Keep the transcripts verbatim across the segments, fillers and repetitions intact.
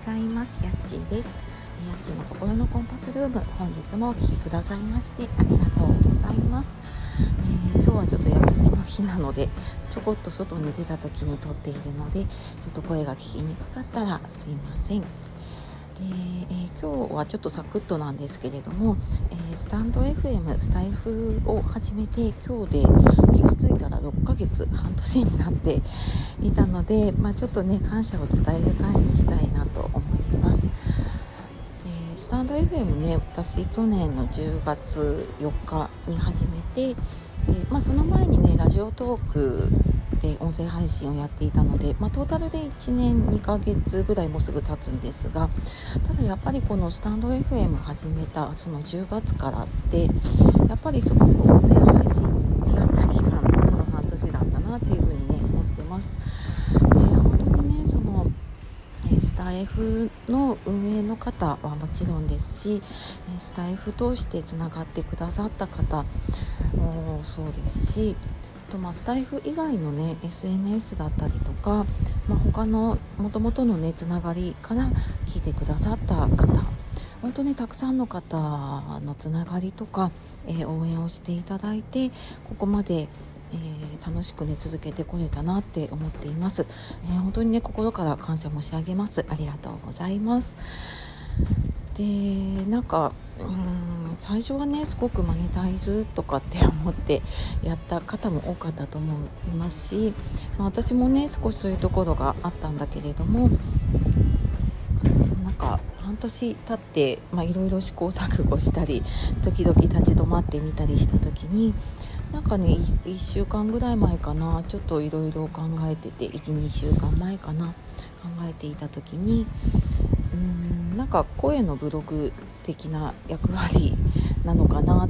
ざいます。やっちーです。やっちーの心のコンパスルーム、本日もお聞きくださいましてありがとうございます。えー、今日はちょっと休みの日なので、ちょこっと外に出た時に撮っているので、ちょっと声が聞きにくかったらすいません。でえー、今日はちょっとサクッとなんですけれども、えー、スタンド エフエム スタイフを始めて今日で気がついたらろっかげつ半年になっていたので、まあ、ちょっとね感謝を伝える会にしたいなと思います。えー、スタンド エフエム ね、私去年のじゅうがつよっかに始めて、で、まあ、その前にねラジオトークで音声配信をやっていたので、まあ、トータルでいちねんにかげつぐらいもうすぐ経つんですが、ただやっぱりこのスタンド エフエム 始めたそのじゅうがつからってやっぱりすごく音声配信に向き合った期間の半年だったなっていうふうにね思ってます。で本当にねそのスタイフの運営の方はもちろんですし、スタイフ通してつながってくださった方もそうですし、とまあスタイフ以外のね エスエヌエス だったりとか、まあ、他の元々のねつながりから聞いてくださった方、本当にたくさんの方のつながりとか、えー、応援をしていただいてここまで、えー、楽しくね続けてこれたなって思っています。えー、本当にね心から感謝申し上げます。ありがとうございます。でなんかうーん最初はねすごくマネタイズとかって思ってやった方も多かったと思いますし、まあ、私もね少しそういうところがあったんだけれども、なんか半年経ってまあいろいろ試行錯誤したり時々立ち止まってみたりした時に、なんかねいっしゅうかんぐらい前かな、ちょっといろいろ考えてて いち,に 週間前かな考えていた時に、うーんなんか声のブログ的な役割なのかなって、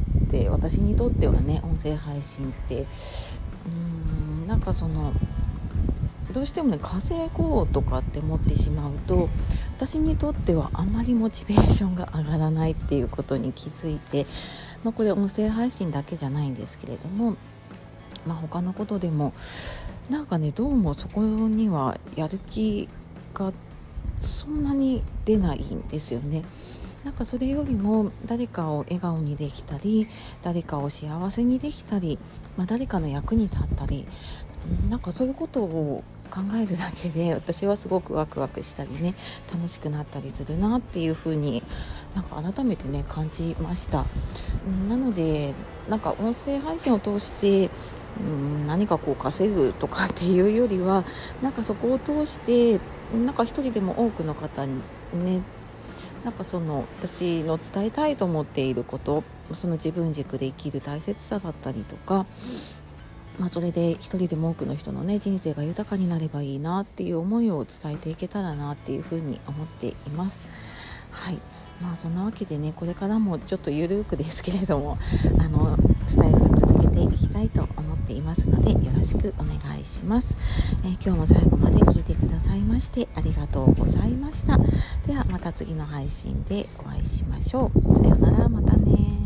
私にとってはね音声配信ってうーんなんかそのどうしてもね稼ごうとかって思ってしまうと、私にとってはあんまりモチベーションが上がらないっていうことに気づいて、まあ、これ音声配信だけじゃないんですけれども、まあ、他のことでもなんかねどうもそこにはやる気がそんなに出ないんですよね。なんかそれよりも誰かを笑顔にできたり、誰かを幸せにできたり、まあ、誰かの役に立ったり、なんかそういうことを考えるだけで私はすごくワクワクしたりね楽しくなったりするなっていう風になんか改めてね感じました。なのでなんか音声配信を通してうん何かこう稼ぐとかっていうよりは、なんかそこを通してなんか一人でも多くの方にね、なんかその私の伝えたいと思っていること、その自分軸で生きる大切さだったりとか、まあ、それで一人でも多くの人のね人生が豊かになればいいなっていう思いを伝えていけたらなっていうふうに思っています。はい、まあそんなわけでねこれからもちょっとゆるくですけれどもあのスタイフ続けていきたいと思っていますのでよろしくお願いします。えー、今日も最後まで聞いてくださいましてありがとうございました。ではまた次の配信でお会いしましょう。さようなら、またね。